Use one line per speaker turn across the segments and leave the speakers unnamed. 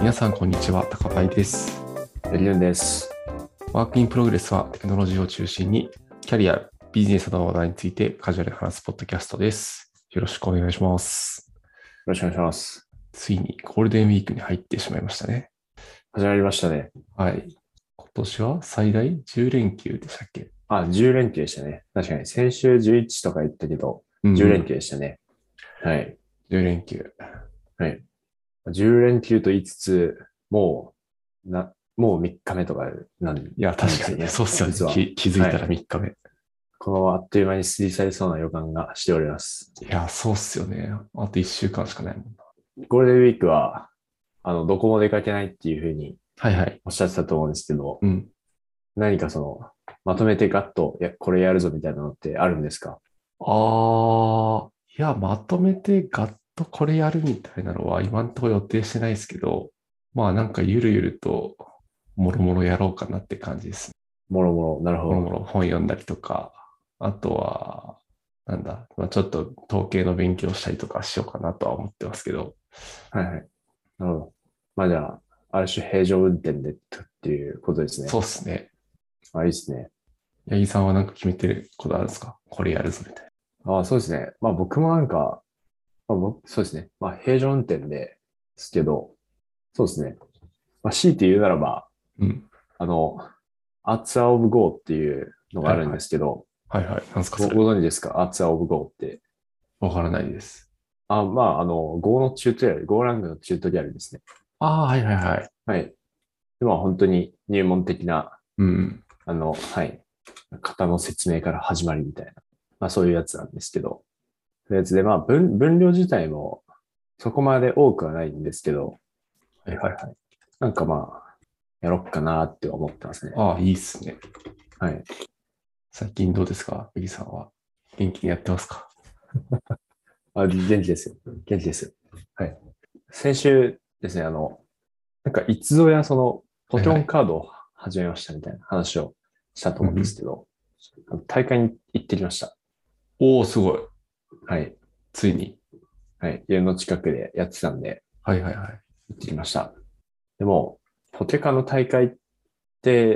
皆さん、こんにちは。高パイです。
エリュンです。
ワークインプログレスはテクノロジーを中心にキャリア、ビジネスなどの話題についてカジュアルに話すポッドキャストです。よろしくお願いします。
よろしくお願いします。
ついにゴールデンウィークに入ってしまいましたね。
始まりましたね。
はい。今年は最大10連休でしたっけ？
10連休でしたね。確かに先週11とか言ったけど、10連休でしたね。はい。
10連休。
はい。10連休と言いつつ、もう3日目とかなん
いや、確かに、そうっすよね。
実は
気づいたら3日目。
このままあっという間に過ぎ去りそうな予感がしております。
いや、そうっすよね。あと1週間しかないもんな。
ゴールデンウィークは、どこも出かけないっていうふうに
はいはい。
おっしゃってたと思うんですけど、
うん。
何かまとめてガッと、これやるぞみたいなのってあるんですか？
いや、まとめてガッとこれやるみたいなのは今んところ予定してないですけど、まあなんかゆるゆるともろもろやろうかなって感じですね。
もろもろ、なるほ
もろも
ど。
ろ本読んだりとか、あとは、まあ、ちょっと統計の勉強したりとかしようかなとは思ってますけど。
はいはい。なるほど。まあじゃあ、ある種平常運転でっていうことですね。
そうっすね。
いいですね。
八木さんはなんか決めてることあるんですか？これやるぞみたい
そうですね。まあ僕もなんか、そうですね。まあ平常運転ですけど、そうですね。まあ強いて言うならば、
な。うん。
あの、アーツアーオブゴーっていうのがあるんで
はいはい。
すけど、
はいはい。なんですかそれ。
ご存知ですか？アーツアーオブゴーって。
わからないです。
Go のチュートリアル、Go ラングのチュートリアルですね。
はいはいはい。
はい。では本当に入門的な、
うん。
はい。型の説明から始まりみたいな。まあそういうやつなんですけど。というやつで、まあ分量自体もそこまで多くはないんですけど、
はいはいはい。
なんかまあ、やろっかなって思ってますね。
いいっすね。
はい。
最近どうですか、八木さんは。元気にやってますか？
元気ですよ。元気ですよ。はい。先週ですね、なんかいつぞやポケモン
はいはい。
カードを始めましたみたいな話をしたと思うんです
うんうん。
けど、大会に行ってきました。
おー、すごい。
はい。
ついに。
はい。家の近くでやってたんで、
はいはいはい。
行ってきました。でも、ポケカの大会って、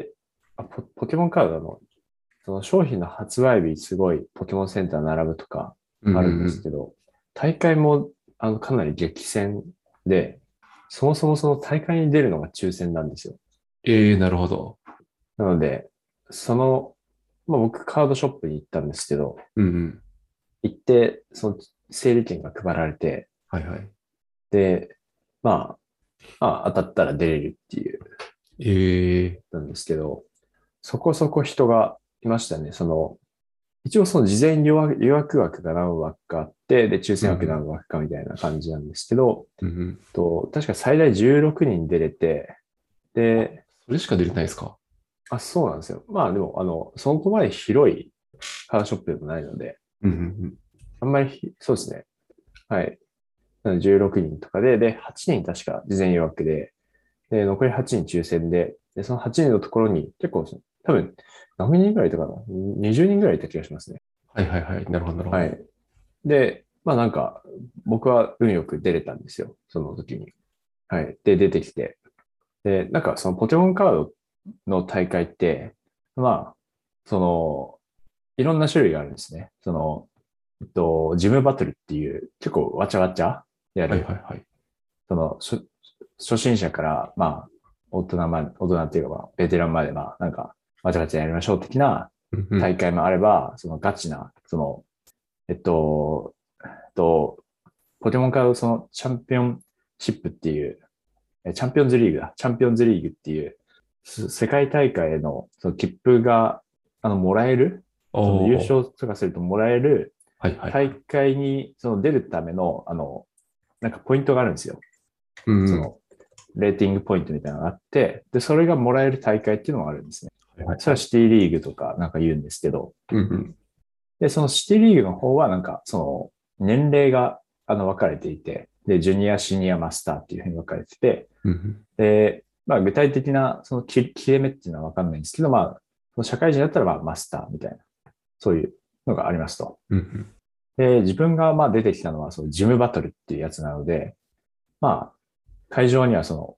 ポケモンカードその商品の発売日すごいポケモンセンター並ぶとか
うんう
あるん
んうん。
ですけど、大会もかなり激戦で、そもそもその大会に出るのが抽選なんですよ。
なるほど。
なので、僕カードショップに行ったんですけど、
うんうん。
行って、その整理券が配られて、
はいはい。
で、ま当たったら出れるっていう、
え
なんですけど、そこそこ人がいましたね。一応その事前予約枠が何枠かあって、で、抽選枠
うん
何枠かみたいな感じなんですけど、
うん。うんうん。
確か最大16人出れて、で、
それしか出れないですか？
そうなんですよ。まあでも、そこまで広いカードショップでもないので、
うんうん
あんまりそうですね。はい。なので16人とかで、8人確か事前予約で、残り8人抽選で、その8人のところに結構、多分、何人ぐらいいたかな？ 20 人ぐらいいた気がしますね。
はいはいはい。なるほどなるほど。
はい。で、まあなんか、僕は運よく出れたんですよ。その時に。はい。で、出てきて。で、なんかそのポケモンカードの大会って、まあ、その、いろんな種類があるんですね。ジムバトルっていう結構わちゃわちゃや
はいは
る、
いはい。
初心者から、大人っていうかベテランまでなんか、わちゃわちゃやりましょう的な
うんうん。
大会もあれば、そのガチな、えっと、ポケモンカードチャンピオンシップっていう、チャンピオンズリーグだ。チャンピオンズリーグっていう、世界大会へのその切符が、もらえる、その優
おー。
勝とかするともらえる大
はいはいはい。
会に出るための、なんかポイントがあるんですよ。
うんうん。
その、レーティングポイントみたいなのがあって、で、それがもらえる大会っていうのがあるんですね。それは
はいはいはい。
シティリーグとかなんか言うんですけど、
うんうん。
で、そのシティリーグの方はなんか、年齢が分かれていて、で、ジュニア、シニア、マスターっていうふうに分かれてて、
うんうん。
で、まあ具体的なその切れ目っていうのは分かんないんですけど、その社会人だったらマスターみたいな、そういうのがありますと。
うんうん。
で、自分が出てきたのはそのジムバトルっていうやつなので、まあ、会場には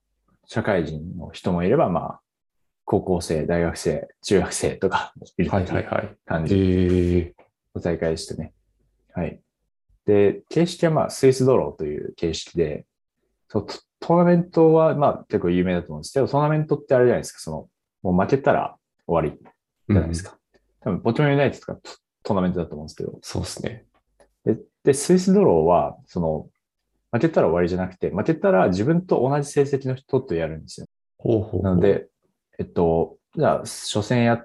社会人の人もいれば、まあ、高校生、大学生、中学生とかいる
はい
っていう
はいはい。
感じの大会でしたね。はい。で、形式はまあ、スイスドローという形式で、そうトーナメントはまあ結構有名だと思うんですけど、トーナメントってあれじゃないですか、もう負けたら終わり
うんうん。
じゃないですか。多分、ポケモンユナイテッドとかトーナメントだと思うんですけど、
そうですね。
で、スイスドローは、負けたら終わりじゃなくて、負けたら自分と同じ成績の人とやるんですよ。
ほうほうほ
なので、じゃあ、初戦やって、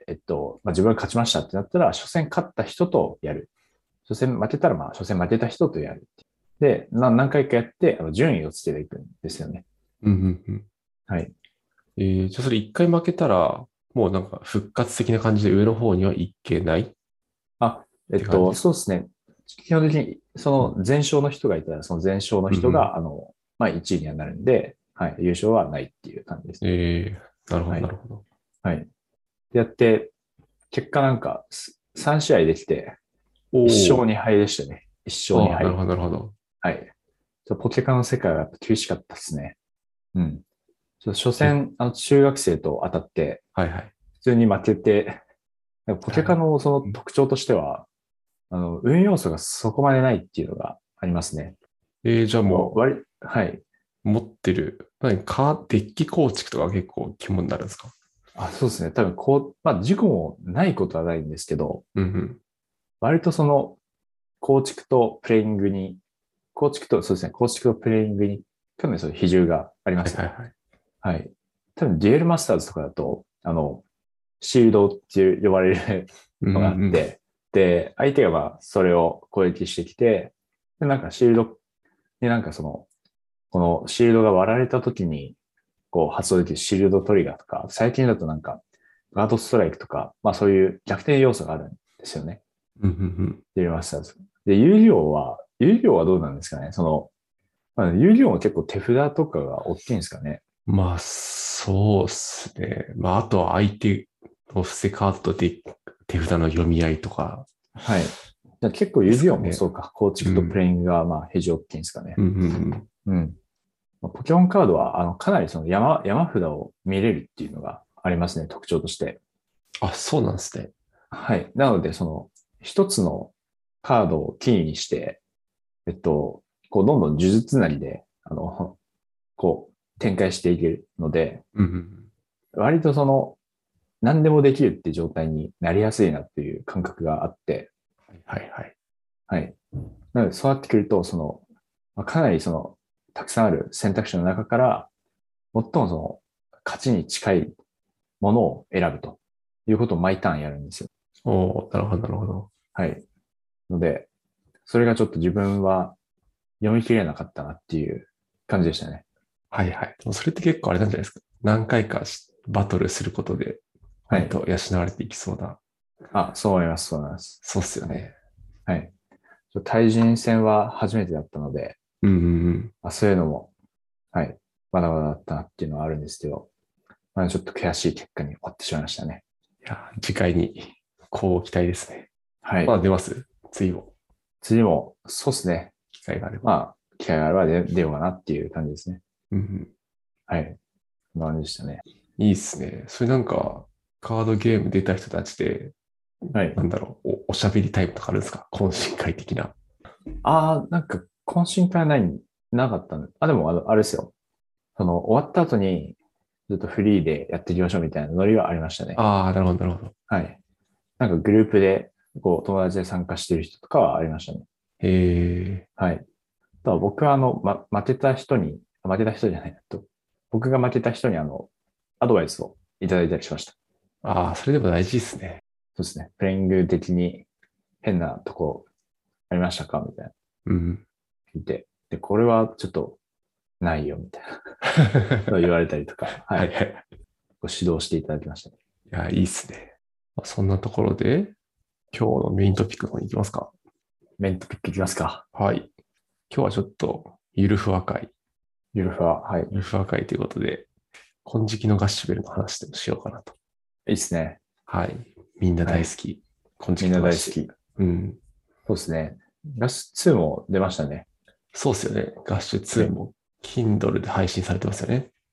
まあ、自分が勝ちましたってなったら、初戦勝った人とやる。初戦負けたら、まあ、初戦負けた人とやる。で、何回かやって、順位をつけていくんですよね。
う。うんうんうん。
はい。
じゃあそれ一回負けたら、もうなんか復活的な感じで上の方には行けないっ
あ、
て感じ。
そうですね。基本的に、その前勝の人がいたら、その前勝の
うんうん。
人が、まあ、1位にはなるんで、はい、優勝はないっていう感じです。
なるほど、な
はい。
るほど。
はい。でやって、結果なんか、3試合できて、1勝
お
2敗でしたね。1勝
お、ああ、な
2敗。
るほど、なるほど。
はい。ポケカの世界はやっぱ厳しかったですね。うん。初
え、
戦、中学生と当たって、
はいはい。
普通に負けて、ポ
いや、
ケカのその特徴としては、運要素がそこまでないっていうのがありますね。
じゃあも
はい。
う、持ってる、デッキ構築とか結構肝になるんですか？
あ、そうですね。多分まあ、事故もないことはないんですけど、
うんうん。
割と構築とプレイングに、そうですね。構築とプレイングに、かなりそういう比重がありますね。
はいはいはい。
はい。多分、デュエルマスターズとかだと、シールドって呼ばれる
うん
のがあっ
うん。
て、で、相手がまあ、それを攻撃してきて、で、なんかシールドになんかこのシールドが割られた時に、こう発動できるシールドトリガーとか、最近だとなんか、ガードストライクとか、まあそういう逆転要素があるんですよね。
うんうん
デュエルマスターズ。で、有料はどうなんですかね。まあ、有料は結構手札とかが大きいんですかね。
うん。まあ、そうっすね。まあ、あとは相手の伏せカードと手札の読み合いとか
はい。じゃあ結構
で
有料も
すかね。
そうか。構築とプレ
うん。
イングがまあ非常大きいんですかね。
うんうんうん。
うん。まあポケモンカードは、かなりその山札を見れるっていうのがありますね。特徴として。
あ、そうなんですね。
はい。なので、一つのカードをキーにして、こう、どんどん呪術なりで、こう、展開していけるので、
うんうんうん。
割と何でもできるって状態になりやすいなっていう感覚があって、
はいはい。
はい。なので、そうなってくると、まあかなりたくさんある選択肢の中から、最も勝ちに近いものを選ぶということを毎ターンやるんですよ。
おー、なるほど、なるほど。
はい。ので、それがちょっと自分は読み切れなかったなっていう感じでしたね。
はいはい。でもそれって結構あれなんじゃないですか。何回かバトルすることで、
はい。
割と養われていきそうな。
あ、そう思います、そう思います。
そうっすよ
はい。
ね。
はい。対人戦は初めてだったので、
うんうんうん。
そういうのも、はい。まだまだだったなっていうのはあるんですけど、まあ、ちょっと悔しい結果に終わってしまいましたね。
いや、次回に、こう期待ですね。
はい。
まあ出ます次も、
次も、そうですね。
機会があれば。
まあ、機会があれば出ようかなっていう感じですね。
うんうん。
はい。こんな感じでしたね。
いいっすね。それなんか、カードゲーム出た人たちで、
はい。
なんだろう、おしゃべりタイプとかあるんですか？懇親会的な。
なんか、懇親会なかったんで。あ、でも、あれですよ。終わった後に、ずっとフリーでやっていきましょうみたいなノリはありましたね。
ああ、なるほど、なるほど。
はい。なんかグループで、こう、友達で参加してる人とかはありましたね。
へえ、
はい。ただ僕は負けた人に、負けた人じゃない、僕が負けた人にアドバイスをいただいたりしました。
ああ、それでも大事ですね。
そうですね。プレイング的に変なとこありましたかみたいな
うん。
聞いて。で、これはちょっとないよ、みたいな言われたりとか、はい。
はいはい。
ご指導していただきましたね。
いや、いいっすね。まあそんなところで、今日のメイントピックの方に行きますか。
メントピックいきますか。
はい。今日はちょっと、ゆるふわ会。
ゆるふわ。はい。い
ゆるふわ会ということで、金色のガッシュベルの話でもしようかなと。
いですね。
はい。みんな
はい。
大好き。金
みんな
色のガッシュ。
大好き。
うん。
そうですね。ラス2も出ましたね。
そうっすよね。ガッシュ2
はい。
も Kindle で配信されてますよね。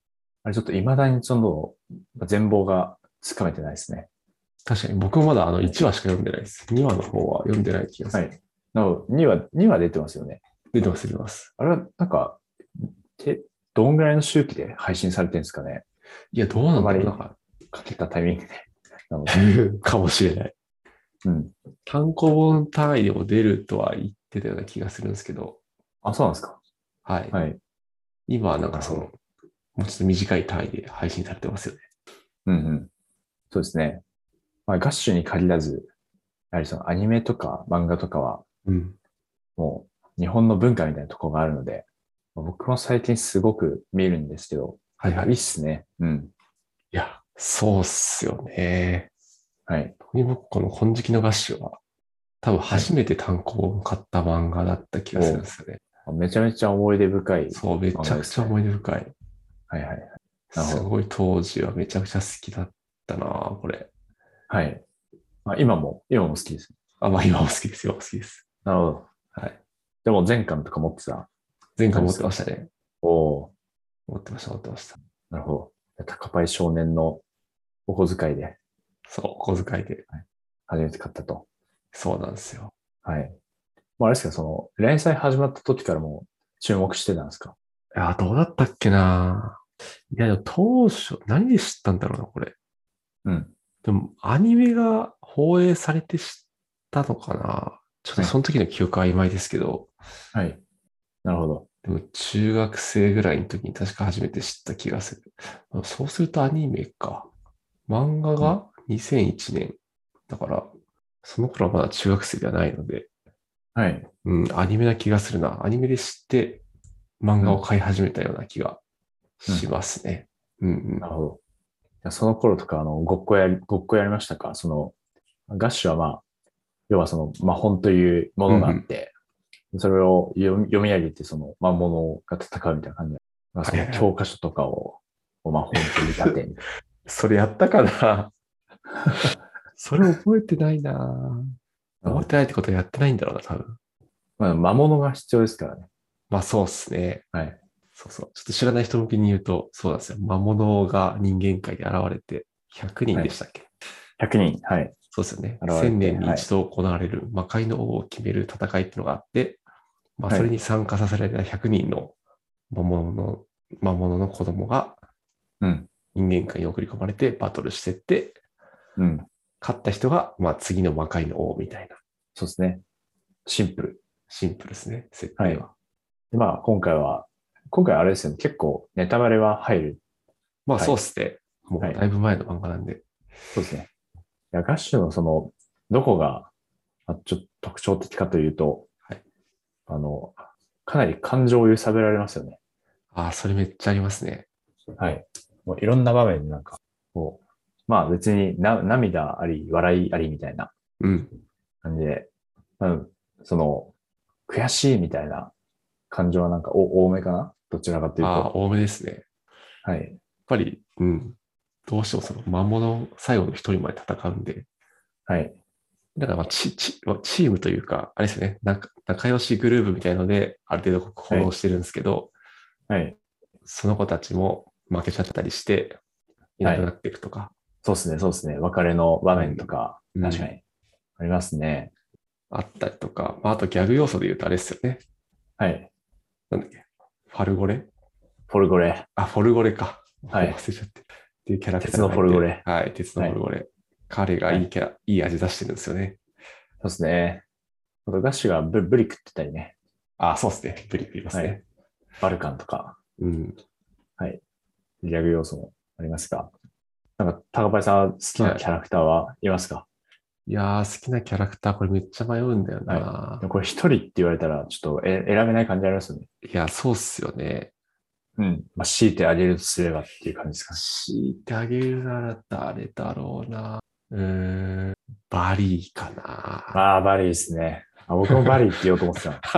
あれちょっと未だにその全貌がつかめてないですね。
確かに僕もまだ1話しか読んでないです。2話の方は読んでない気がする。
はい。なの2話出てますよね。
出てます、出てます。
あれはなんか、てどんぐらいの周期で配信されてるんですかね。
いや、どうなんだろう。
あまり
なんか、
かけたタイミングで。なので。
かもしれない。
うん。
単行本単位でも出るとは言ってたような気がするんですけど、
あ、そうなんですか。
はい。
はい。
今はなんか
なるほど。
もうちょっと短い単位で配信されてますよね。
うんうん。そうですね。まあ、ガッシュに限らず、やはりそのアニメとか漫画とかは、
うん。
もう日本の文化みたいなところがあるので、僕も最近すごく見るんですけど、やっぱいいっ
はいはい。
すね。うん。
いや、そうっすよね。
はい。
特に僕、この金色のガッシュは、多分
はい。
初めて単行本買った漫画だった気がするんで
お
すよね。
めちゃめちゃ思い出深い
そう、め
漫
ちゃ
画ですね。
くちゃ思い出深い。
はいはいはい。なるほど。
すごい当時はめちゃくちゃ好きだったな、これ。
はい。まあ、今も好きです。
あ、まあ今も好きです、今も好きです。
なるほど。
はい。
でも前巻とか持ってた
前回持ってま
感じですか？
したね。
おお
持ってました、持ってました。
ー、なるほど。高パイ少年のお小遣いで、
そう、お小遣いで。
はい、初めて買ったと。
そうなんですよ。
はい。まあ、あれですか、その、連載始まった時からもう注目してたんですか？
いや、どうだったっけな。いや、でも当初、何で知ったんだろうな、これ。
うん。
でも、アニメが放映されて知ったのかな。ちょっと
はい。
その時の記憶は曖昧ですけど、
はい。なるほど。
でも中学生ぐらいの時に確か初めて知った気がする。そうするとアニメか。漫画
うん。
が2001年。だから、その頃はまだ中学生ではないので、
はい。
うん、アニメな気がするな。アニメで知って漫画を
うん。
買い始めたような気がし
うん。
ますね。うんうん。
なるほど。じゃあその頃とか、ごっこやりましたか？その、ガッシュはまあ、要はその魔本というもの
うんうん。
があって、それを読み上げて、その魔物が戦うみたいな感じで、まあ、その
はいはいはい。
教科書とかを、魔本と見立てみたい
それやったかな。それ覚えてないな。
な。
覚えてないってことはやってないんだろうな、多分。
まあ、魔物が必要ですからね。
まあそうっすね。
はい。
そうそう。ちょっと知らない人向けに言うと、そうなんですよ。魔物が人間界で現れて、100人
はい。
でしたっけ？
100人、はい。
そうですよね。1000
現れて、
年に
はい。
一度行われる魔界の王を決める戦いっていうのがあって、まあそれ
はい。
に参加させられた100人の魔物の、魔物の子供が
うん。
人間界に送り込まれてバトルしてって、
うん。
勝った人が、まあ次の魔界の王みたいな、
そうですね。シンプル。
シンプルですね、設
はい。
定は。
で、まあ、今回あれですよね。結構ネタバレは入る
まあそうっ
回。
すね。もうだ
はい。
いぶ前の漫画なんで。
そうですね。いや、ガッシュのその、どこが、ちょっと特徴的かというと、
はい。
あの、かなり感情を揺さぶられますよね。
ああ、それめっちゃありますね。
はい。もういろんな場面でなんか、こう、まあ別に涙あり、笑いありみたいな
うん。
感じで、うん、その、悔しいみたいな感情はなんか多めかな、どちらかという
ああ、
と。
多めですね。やっ
はい。
ぱり、うん。どうしてもその魔物最後の一人まで戦うんで、
はい。
だからまあチームというか、あれですね、なんか仲良しグループみたいので、ある程度行
はい。
動してるんですけど、
はい。
その子たちも負けちゃったりして、いな
はい。
くなっていくとか、
そうですね。そうですね。別れの場
うん。
面とか、
うん。
確かにありますね。
あったりとか、まあ、あとギャグ要素で言うとあれですよね。
はい。
なんだっけ。ファルゴレ。
フォルゴレ。
あ、フォルゴレか。もう忘
はい。
れちゃって。っていうキャラクター
鉄の
が入ってる。
フォルゴレ。
はい。鉄の
はい。
フォルゴレ。彼が
はい。
いいキャラ、いい味出してるんですよね。
そうですね。あとガッシュがブリ食ってたりね。
あ、そうですね。ブリックいます
はい。
ね。
バルカンとか。
うん。
はい。ギャグ要素もありますが。なんか、高林さん好きな
はい。
キャラクターはいますか？
いやー、好きなキャラクター、これめっちゃ迷うんだよ
はい。で
な。
もこれ一人って言われたら、ちょっと選べない感じありますよね。
いや、そうっすよね。
うん。まあ、強いてあげるとすればっていう感じですかね。
強いてあげるなら誰だろうな。うーん、バリーかな。
ああ、バリーですね。あ、僕もバリーって言おうと思ってた。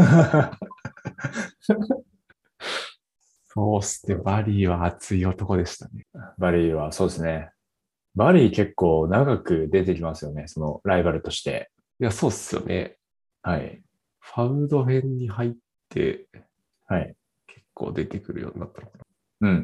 そうっすね。バリーは熱い男でしたね。
バリーはそうですね。バリー結構長く出てきますよね。そのライバルとして。
いや、そうっすよね。
はい。
ファウド編に入って
はい。
結構出てくるようになったのかな。
うん。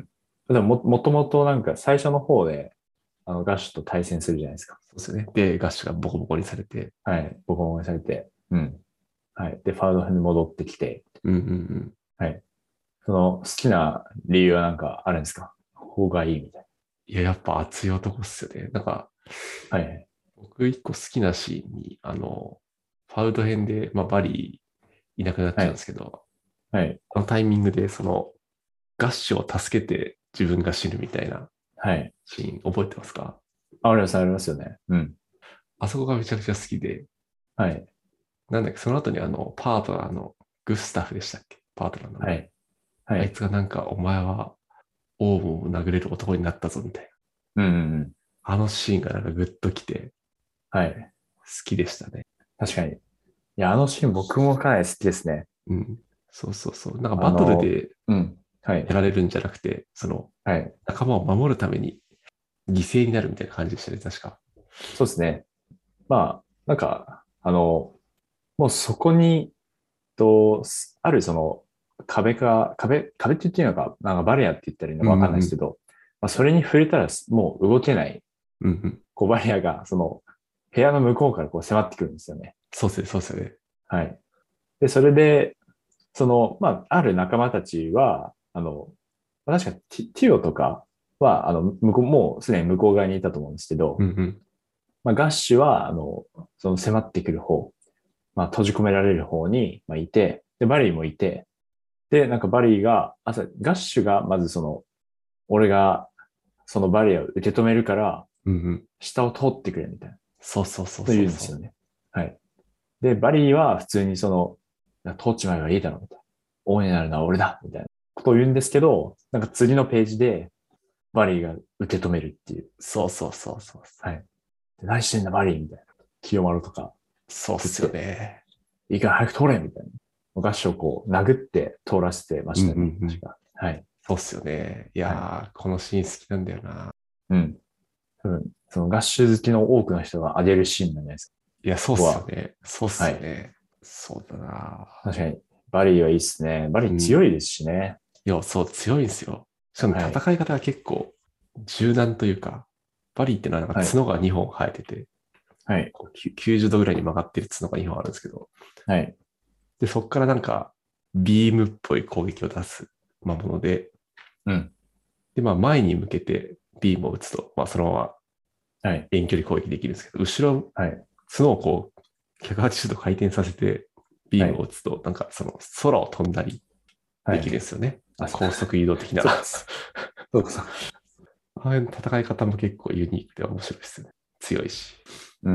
でももともとなんか最初の方で、ガッシュと対戦するじゃないですか。
そうですよね。で、ガッシュがボコボコにされて。
はい。ボコボコにされて。うん。はい。で、ファウド編に戻ってきて。
うんうんうん。
はい。その好きな理由はなんかあるんですか？方がいいみたい
いや、やっぱ熱い男っすよね。なんか、
な。はい。
僕一個好きなシーンに、ファウド編で、まあ、バリーいなくなっちゃうんで
はい。
すけど、
はい。
あのタイミングで、ガッシュを助けて自分が死ぬみたいな
はい。
シーン覚えてますか？
あります、ありますよね。うん。
あそこがめちゃくちゃ好きで、
はい。
なんだっけ、その後にパートナーのグスタフでしたっけ？パートナーの名前。
はい。は
あい
い。
つがなんか、お前は王を殴れる男になったぞみたいな。
うんうんうん。
あのシーンがなんかグッときて
はい。
好きでしたね。
確かに。いや、あのシーン僕もかなり好きですね。
うん。そうそうそう。なんかバトル
あの、
で
うん。はい。
やられるんじゃなくて、
はい。
仲間を守るために犠牲になるみたいな感じでしたね、確か。
そうですね。まあ、なんか、もうそこに、あるその壁って言っていいのか、なんかバリアって言ったらいいの
うん
かわかん
うんうん。
ないですけど、まあ、それに触れたらもう動けない、
うんうん。
こうバリアが、その、部屋の向こうからこう迫ってくるんですよね。
そうですね、そうですよね。
はい。で、それで、まあ、ある仲間たちは、確かティオとかは、もうすでに向こう側にいたと思うんですけど、
うんうん。
まあ、ガッシュは、その迫ってくる方、まあ、閉じ込められる方に、まあ、いて、で、バリーもいて、で、なんかバリーが、ガッシュが、まず俺が、そのバリアを受け止めるから、
うんうん。
下を通ってくれ、みたいな、
そうそうそう
と
そうそう。
言うんですよね。はい。で、バリーは普通に通っちまえばいいだろう、みたいな。王になるのは俺だ、みたいなことを言うんですけど、なんか次のページで、バリーが受け止めるっていう。
そうそうそうそう。
はい。で何してんだ、バリーみたいな。清丸とか
そうっすよ
言って、
ね。
いいから早く通れみたいな。ガッシュをこう、殴って通らせてま
うんうん
したね。
うん。
確か。はい。
そうっすよね。い
はい。
やー、このシーン好きなんだよな。
うん。多分、そのガッシュ好きの多くの人が上げるシーンなんじゃないですか。
いや、そうっ
ここは。
すよね。そうっす
はい。
よね。そうだな。
確かに。バリーはいいっすね。バリー
うん。
強いですしね。
いや、そう、強いんですよ。しかも
はい。
戦い方が結構柔軟というか、バリーってのはなんか
はい。
角が2本生えてて、
はい。
こう90度ぐらいに曲がってる角が2本あるんですけど、
はい。
で、そこからなんかビームっぽい攻撃を出す魔物で、
うん。
で、まあ前に向けてビームを打つと、まあそのまま
はい。
遠距離攻撃できるんですけど、後ろ、
はい。
角をこう180度回転させてビームを
はい。
打つと、なんかその空を飛んだりできるん
はい。
ですよね。
あ、
高速移動的な。
そうか。そうか、そうか。
ああいう戦い方も結構ユニークで面白いですね。強いし、
うん。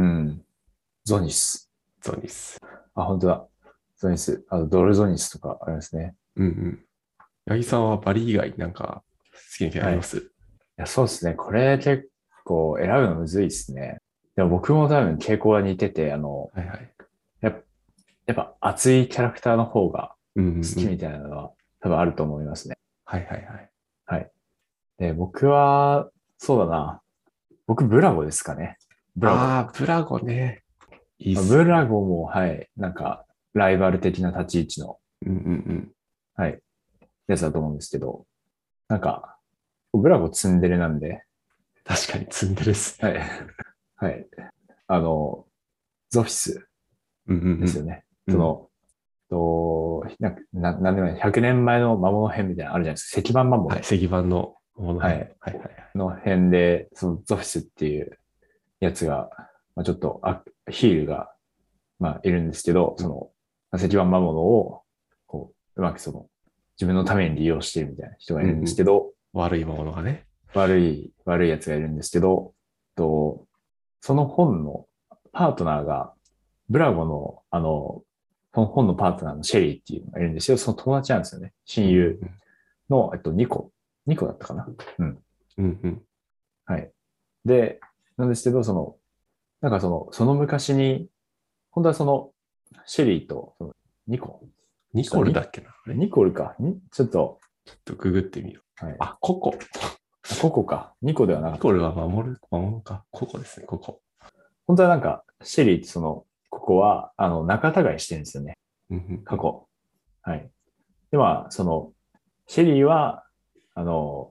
ゾニス。
ゾニス。
あ、本当だ。ゾニス。ドルゾニスとかありますね。
うんうん。八木さんはバリ以外になんか好きなキャラあ
はい。い
ります？
や、そうですね。これ結構選ぶのむずいですね。でも僕も多分傾向は似てて、
はいはい。
やっやっぱ熱いキャラクターの方が
うんうんうん。
好きみたいなのは多分あると思いますね。
はいはいはい。
はい。で、僕は、そうだな。僕、ブラゴですかね。ブラゴ。
ああ、ブラゴね。いいっす
ブ
よね。
ラゴも、はい。なんか、ライバル的な立ち位置の、
うんうんうん。
はい。やつだと思うんですけど、なんか、ブラゴツンデレなんで、
確かにツンデレっすね。
はい。はい。あの、ゾフィス
うんうん
ですよね。
うん。うん。
なんでもない、100年前の魔物編みたいなのあるじゃないですか。石板魔
はい、
物。
石板のものね。
はい。
はいはいはい。
の辺で、そのゾフィスっていうやつが、まあ、ちょっとヒールが、まあ、いるんですけど、
うん
石板魔物を、うまく自分のために利用しているみたいな人がいるんです
うんうん。
けど、
悪いものがね。
悪いやつがいるんですけど、その本のパートナーが、ブラゴの、その本のパートナーのシェリーっていうのがいるんですよ。その友達なんですよね。親
うん
友の、ニコだったかな。うん。
うんうんうん。
はい。で、なんですけど、なんかその昔に、本当はシェリーと、ニコ、
ニコルだっけなあれ？
ニコルか。ちょっと、
ちょっとググってみよう。
はい。
あ、ココ。
ココか。ニコではなかったか。
ニコルは守るか。ココですね、ココ。
本当はなんか、シェリーってここは、仲違いしてるんですよね。
うんうんうん。
過去。はい。で、まあ、シェリーは、あの、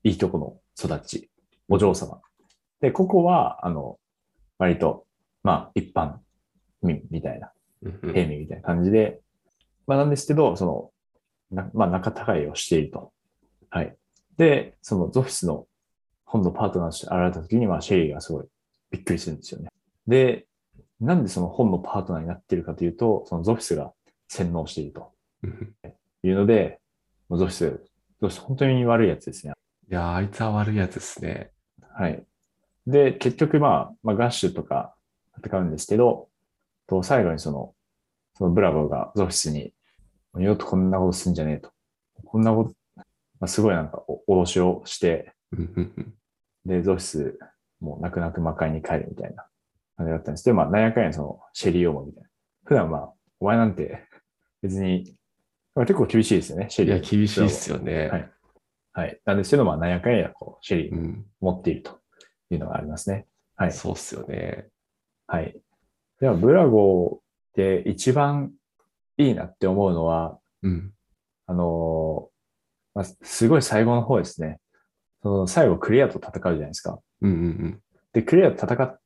いいとこの育ち、お嬢様。で、ココは、割と、まあ、一般民みたいな、平民みたいな感じで、まあ、なんですけど、まあ、仲違いをしていると。はい。で、そのゾフィスの今度パートナーとして現れた時に、まあ、シェリーがすごいびっくりするんですよね。で、なんでその本のパートナーになっているかというと、そのゾフィスが洗脳しているというので、もうゾフィス本当に悪いやつですね。
いやー、あいつは悪いやつですね。
はい。で、結局まあ、ガッシュとか戦うんですけど、最後にそのブラボーがゾフィスに、二度とこんなことすんじゃねえと。こんなこと、まあ、すごいなんか脅しをして、で、ゾフィス、もう泣く泣く魔界に帰るみたいな感じだったんですけど、まあ、なんやかんやその、シェリーオモみたいな。普段まあ、お前なんて別に、まあ、結構厳しいですよね、シェ
いや、
リーに。
厳しいっすよね。
はい。はい。なんですけど、まあ、なんやかんや、シェリーに
うん。
持っているというのがありますね。はい。
そうっすよね。
はい。では、ブラゴーで一番いいなって思うのは、
うん。
あのまあ、すごい最後の方ですね。その最後クリアと戦うじゃないですか。
うんうん
で、クリアと戦って、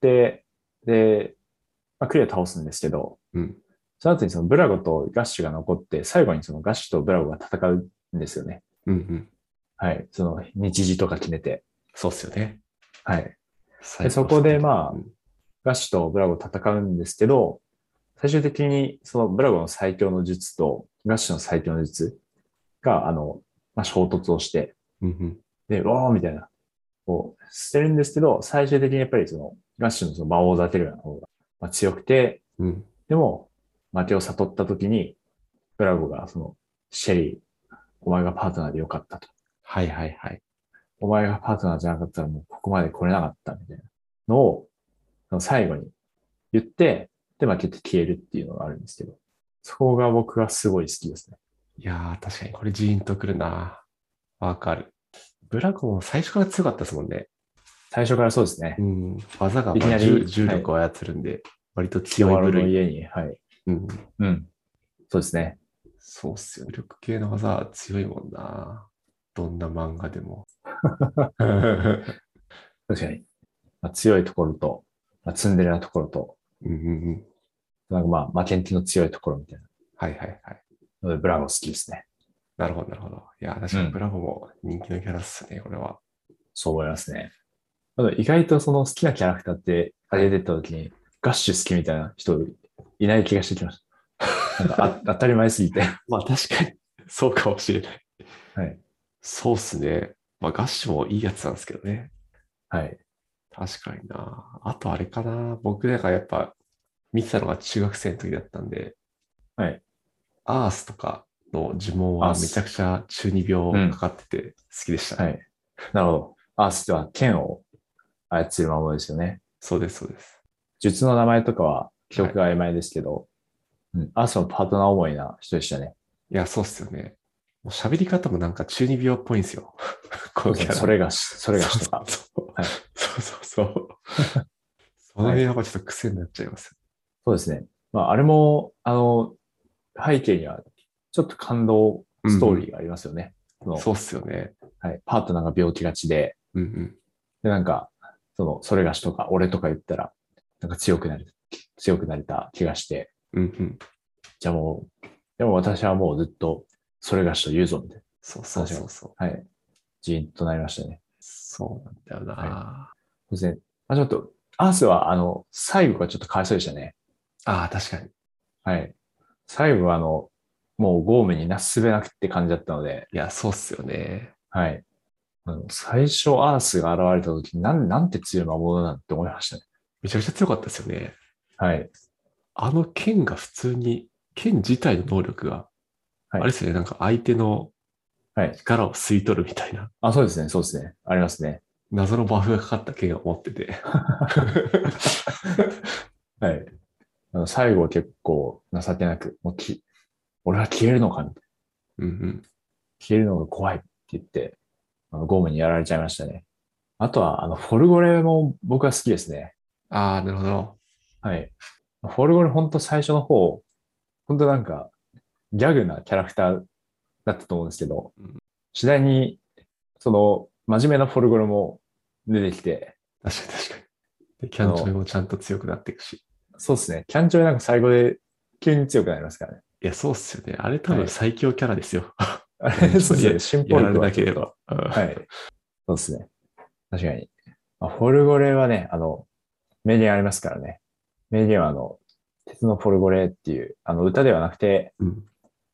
で、まあ、クリア倒すんですけど、
うん。うん。
その後にそのブラゴとガッシュが残って、最後にそのガッシュとブラゴが戦うんですよね。
うんうん。
はい。その日時とか決めて。
そうっすよね。
はい。で、
最後
そこ
の一人。
でまあ、
うん。
ガッシュとブラゴ戦うんですけど、最終的にそのブラゴの最強の術とガッシュの最強の術が、まあ、衝突をして、
うんうん。
で、おーみたいな、してるんですけど、最終的にやっぱりその、ガッシュのその魔王ザテルの方が、まあ、強くて、
うん。
でも、負けを悟った時に、ブラゴがシェリー、お前がパートナーでよかったと。
はいはいはい。
お前がパートナーじゃなかったらもうここまで来れなかったみたいなのを、その最後に言って、で、負けて消えるっていうのがあるんですけど、そこが僕はすごい好きですね。
いやー、確かにこれジーンとくるな。わかる。ブラゴン最初から強かったですもんね。
最初からそうですね。
うん。技が
いき
まあ
なり、はい、
重力を操るんで、割と強い
清丸
部類。
の家に、はい、
うん。
うん、そうですね。
そうっすよ。重力系の技は強いもんな。どんな漫画でも。うん
確かに。まあ、強いところと、まあ、ツンデレなところと、
うんうん。
なんかまあ、負けん気の強いところみたいな
はいはいはい。
ので、ブラゴ好きですね。
なるほどなるほど。いや、確かにブ
うん。
ラゴも人気のキャラっすね、これは。
そう思いますね。ただ意外とその好きなキャラクターって
はい。
上げてった時に、ガッシュ好きみたいな人いない気がしてきました。なんか当たり前すぎて。
まあ確かに、そうかもしれない。
はい。
そうっすね。まあガッシュもいいやつなんですけどね。
はい。
確かにな。あとあれかな。僕なんかやっぱ見てたのが中学生の時だったんで、
はい。
アースとかの呪文はめちゃく
アース。
ちゃ中二
うん。
病かかってて好きでしたね。
はい。なるほど。アースでは剣を操る魔物ですよね。
そうです、そうです。
術の名前とかは記
はい。
憶が曖昧ですけど、うん。アースのパートナー思いな人でしたね。
いや、そうっすよね。もう喋り方もなんか中二病っぽいんですよ。こ
そうですね。
のキャラ。
それがし
そうそ
とか。
うそう。
はい。
そうそうそう。その
はい。
辺はちょっと癖になっちゃいます。
そうですね。まあ、あれも、背景には、ちょっと感動
うんうん。
ストーリーがありますよね。
そうっすよね。
はい。パートナーが病気がちで、
うんうん。
で、なんか、それがしとか、俺とか言ったら、なんか強くなれた気がして、
うんうん。
じゃあもう、でも私はもうずっと、それがしと言うぞ、みたいな
そうそう
話が、
そうそう。
はい。ジーンとなりましたね。
そうなんだよ
はい。そ
な。
うですね。まあ、ちょっと、アースは、最後がちょっとかわいそうでしたね。
ああ、確かに。
はい。最後は、もうゴームになすすべなくって感じだったので、
いや、そうっすよね。
はい。最初アースが現れた時なんて強い魔物だって思いましたね。
めちゃくちゃ強かったですよね。
はい。
あの剣が普通に、剣自体の能力が、
はい。
あれですよね、なんか相手の
はい。
力を吸い取るみたいな、
あ、そうですね。そうですね。ありますね。
謎のバフがかかった剣を持ってて。
はい。最後は結構情けなく、俺は消えるのかみたいな。
うんうん。
消えるのが怖いって言って、ゴムにやられちゃいましたね。あとは、フォルゴレも僕は好きですね。
ああ、なるほど。
はい。フォルゴレほんと最初の方、ほんとなんか、ギャグなキャラクターだったと思うんですけど、
うん
次第に、その、 真面目なフォルゴルも出てきて、
確かに確かに。で、キャンチョイ
あの、
もちゃんと強くなっていくし。
そうですね。キャンチョイなんか最後で急に強くなりますからね。
いや、そうっすよね。あれ多分
はい。
最強キャラですよ。
あ
キャン
れ、そうですよね。
チョイやられ
シンポルクはちょっと、
なければ。うん。
はい。そうですね。確かに。フォルゴレはね、名言ありますからね。名言は鉄のフォルゴレっていう、歌ではなくて、
うん。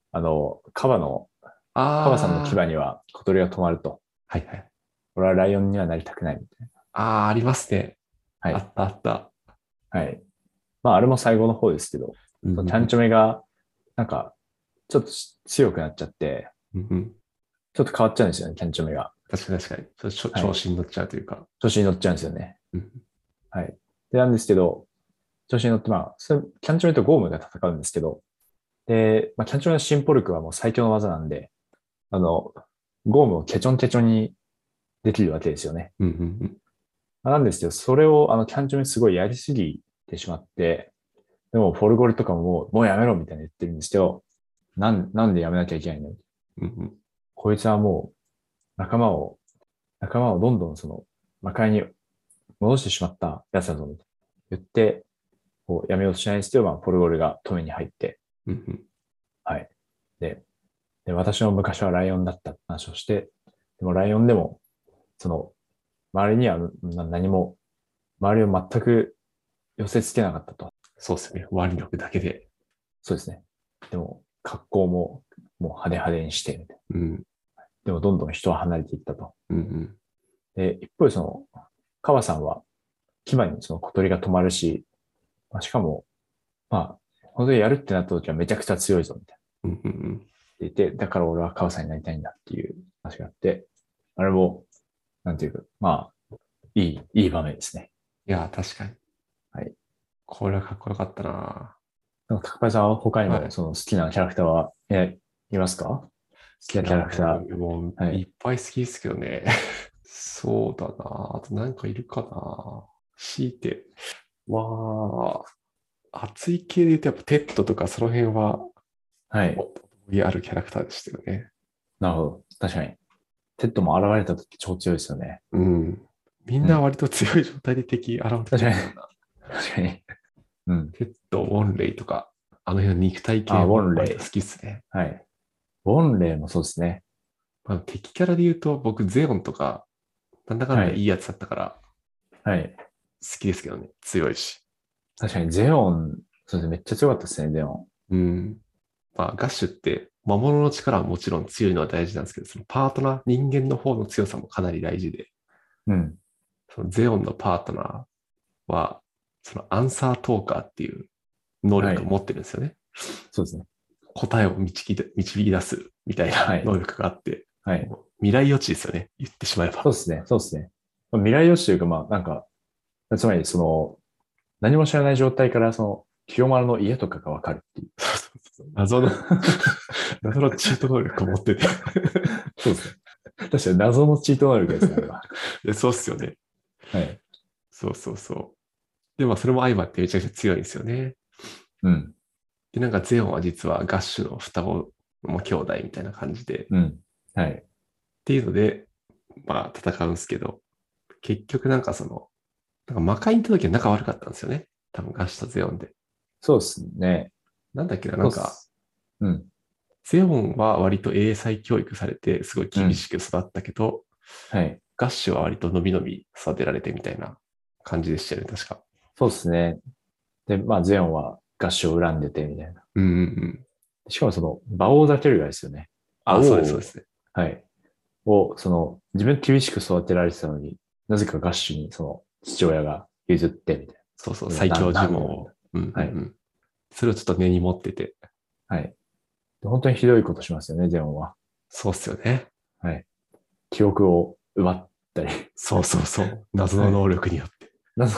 カバさんの牙
あ
には小鳥が止まると。
はいはい。
俺はライオンにはなりたくないみたいな。
ああ、ありますね。
はい。
あったあった。
はい。まあ、あれも最後の方ですけど、
うんうん
そのキャンチョメが、なんか、ちょっと強くなっちゃって、
うんうん。
ちょっと変わっちゃうんですよね、キャンチョメが。
確かに確かに。ちょっと
はい。
調子に乗っちゃうというか。
調子に乗っちゃうんですよね。
うん。
はい。で、なんですけど、調子に乗って、まあ、キャンチョメとゴームが戦うんですけど、で、まあ、キャンチョメのシンポルクはもう最強の技なんで、あの、ゴームをケチョンケチョンにできるわけですよね。
うんうん
なんですけど、それをキャンチョメすごいやりすぎてしまって、でもフォルゴルとかもうやめろみたいな言ってるんですけど、なんでやめなきゃいけないの？
うんうん。
こいつはもう仲間をどんどん魔界に戻してしまったやつだぞ、みたいな言って、こうやめようとしないんですけど、まあ、フォルゴルが止めに入って、
うんうん。
はい。で、私も昔はライオンだったって話をして、でもライオンでも、その、周りには何も、周りを全く寄せ付けなかったと。
そうですね。腕力だけで。
そうですね。でも、格好も、もう派手派手にして、みたいな。
うん。
でも、どんどん人は離れていったと。
うんうん。
で、一方でカバさんは、牙にその小鳥が止まるし、まあ、しかも、まあ、本当にやるってなった時はめちゃくちゃ強いぞ、みたいな。
うんうんうん。
言って、だから俺はカバさんになりたいんだっていう話があって、あれも、なんていうか、まあ、いい場面ですね。
いや、確かに。
はい。
これはかっこよかったな。
なんか高橋さんは他に
はい。
もその好きなキャラクターは、いますか？好きなキャラクタ
もう
ー。はい。
いっぱい好きですけどね。そうだな。あとなんかいるかな。強いて。わあ、熱い系で言うとやっぱテッドとかその辺は、
はい。
もっとあるキャラクターでしたよね。
なるほど。確かに。テッドも現れた時超強いですよね。
うん。みん
うん。
な割と強い状態で敵現れてく
確かに。
るからな。
確かに。うん。
テッド、ウォンレイとか、あの辺の肉体系
ウォ
も割と好
ンレイ。
きっすね。
はい。ウォンレイもそうですね。
まあ、敵キャラで言うと僕ゼオンとか、なんだかん
はい。
だいいやつだったから
はい。
好きですけどね。強いし。
確かにゼオン、そうですね。めっちゃ強かったですね、ゼオン。
うん。まあ、ガッシュって魔物の力はもちろん強いのは大事なんですけど、そのパートナー、人間の方の強さもかなり大事で、
うん。
そのゼオンのパートナーは、そのアンサートーカーっていう能
はい。
力を持ってるんですよね。
そうですね。
答えを導き出すみたいな
はい。
能力があって、
はい。
もう未来予知ですよね。言ってしまえば。
そうですね。そうですね。未来予知というか、まあ、なんか、つまり、何も知らない状態から、清丸の家とかがわかるっていう。
謎の謎のチート能力を持ってて
そうですね。確かに謎のチート能力ですね、あれは。
でそうっすよね。
はい。
そうそうそう。で、まあ、それも相まってめちゃくちゃ強いんですよね。
うん。
で、なんかゼオンは実はガッシュの双子も兄弟みたいな感じで、っ
うん。はい。
ていうので、まあ戦うんですけど、結局なんかなんか魔界に行った時は仲悪かったんですよね。多分ガッシュとゼオンで。
そうですね。
なんだっけな、なんか、
そうっす。うん。
ゼオンは割と英才教育されて、すごい
うん。
厳しく育ったけど、
はい。
ガッシュは割とのびのび育てられてみたいな感じでしたよね、確か。
そうですね。で、まあ、ゼオンはガッシュを恨んでて、みたいな。
うんうんうん。
しかも馬王ザケルガですよね。
あ、そうです、そうで
王を、
すね。
はい。自分厳しく育てられてたのに、なぜかガッシュに、父親が譲って、みたい
そうそう、
な。
最強呪
なんでなんだ。
文を。うんうん
はい。
うん。それをちょっと根に持ってて。
はい。本当にひどいことしますよね、ゼオンは。
そうっすよね。
はい。記憶を奪ったり。
そうそうそう。謎の
はい。
能力によって。
謎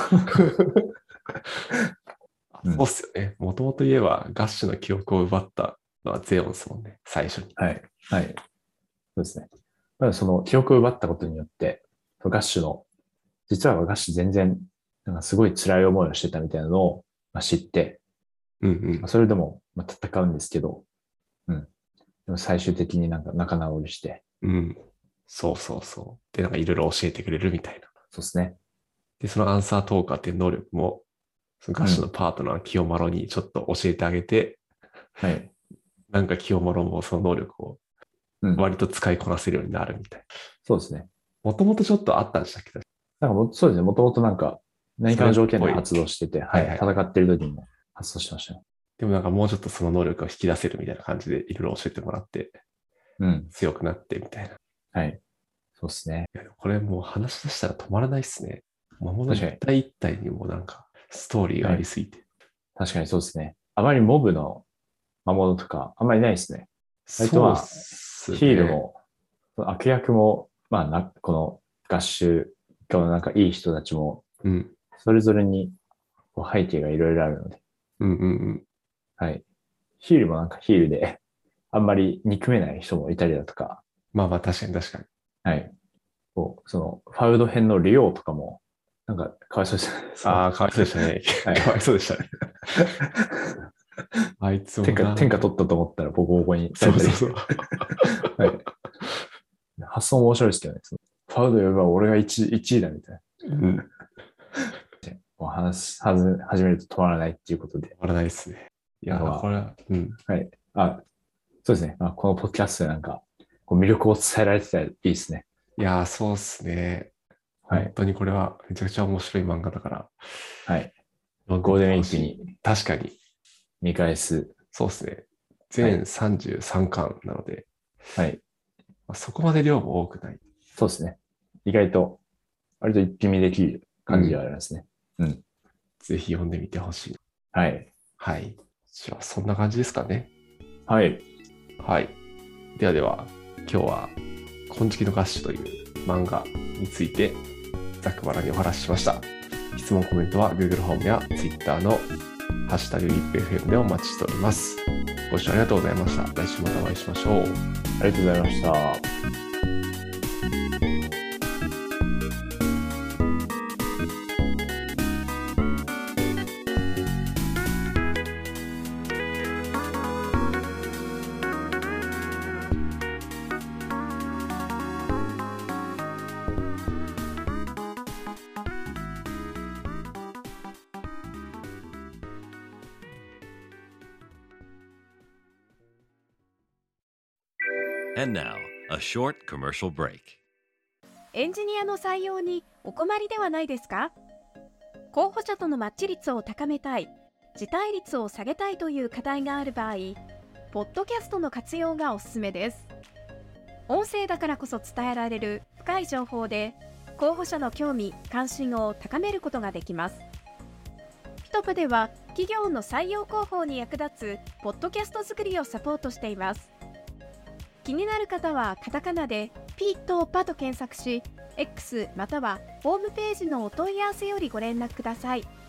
あ、そうっ
うん。
すよね。もともと言えば、ガッシュの記憶を奪ったのはゼオンですもんね。最初に。
はい。はい。そうですね。まだ記憶を奪ったことによって、ガッシュの、実はガッシュ全然、なんかすごい辛い思いをしてたみたいなのを、まあ、知って、
うんうん。
それでも、まあ、戦うんですけど、うん。でも最終的になんか仲直りして、
うん。 そうそうそう。で、なんかいろいろ教えてくれるみたいな。
そうですね。
で、そのアンサートーカーっていう能力も、そのガッシュのパートナー清丸にちょっと教えてあげて、
はい。
なんか清丸もその能力を割と使いこなせるようになるみたいな。
そうですね。
もともとちょっとあったんでしたっけ？
なんかそうですね。もともとなんか何かの条件で発動してて、
はい、はい。
戦ってる時にも発動してましたね。
でもなんかもうちょっとその能力を引き出せるみたいな感じでいろいろ教えてもらって、強くなってみたいな。
はい。そうですね。
いや、これもう話し出したら止まらないっすね。魔物一体一体にもなんかストーリーがありすぎて。
確かにそうですね。あまりモブの魔物とかあんまりないですね。割と
そうっすね。
ヒールも、悪役も、この合衆、今日のなんかいい人たちも、それぞれに背景がいろいろあるので。はい。ヒールもなんかヒールで、あんまり憎めない人もいたりだとか。
まあまあ確かに確かに。
はい。その、ファウド編のリオとかも、なんか、かわいそうでしたね。
ああ、かわいそうでしたね。かわいそうでしたね。あいつも
天下取ったと思ったらボコボコにされたり。そう。はい。発想面白いですけどね。ファウド呼べば俺が1位だみたいな。もう始めると止まらないっていうことで。
止まらないですね。いや、これは、
はい。そうですね。このポッドキャストでなんか、魅力を伝えられてたらいいですね。
いや、そうですね。本当にこれはめちゃくちゃ面白い漫画だから。
はい。ゴールデンウィークに。
確かに。
見返す。
そうですね。全33巻なので。
はい。
そこまで量も多くない。
そうですね。意外と、割と一気見できる感じがありますね。
ぜひ読んでみてほしい。
はい。
はい。じゃあ、そんな感じですかね。
はい。
はい。では、今日は、金色のガッシュという漫画について、ざっくばらんにお話ししました。質問、コメントは Google ホームや Twitter のハッシュタグ RIPFM でお待ちしております。ご視聴ありがとうございました。来週またお会いしましょう。
ありがとうございました。
And now, a short commercial break.
エンジニアの採用にお困りではないですか？候補者とのマッチ率を高めたい、辞退率を下げたいという課題がある場合、ポッドキャストの活用がおすすめです。音声だからこそ伝えられる深い情報で、候補者の興味・関心を高めることができます。ピトプでは企業の採用広報に役立つポッドキャスト作りをサポートしています。気になる方はカタカナでピとパと検索し、X またはホームページのお問い合わせよりご連絡ください。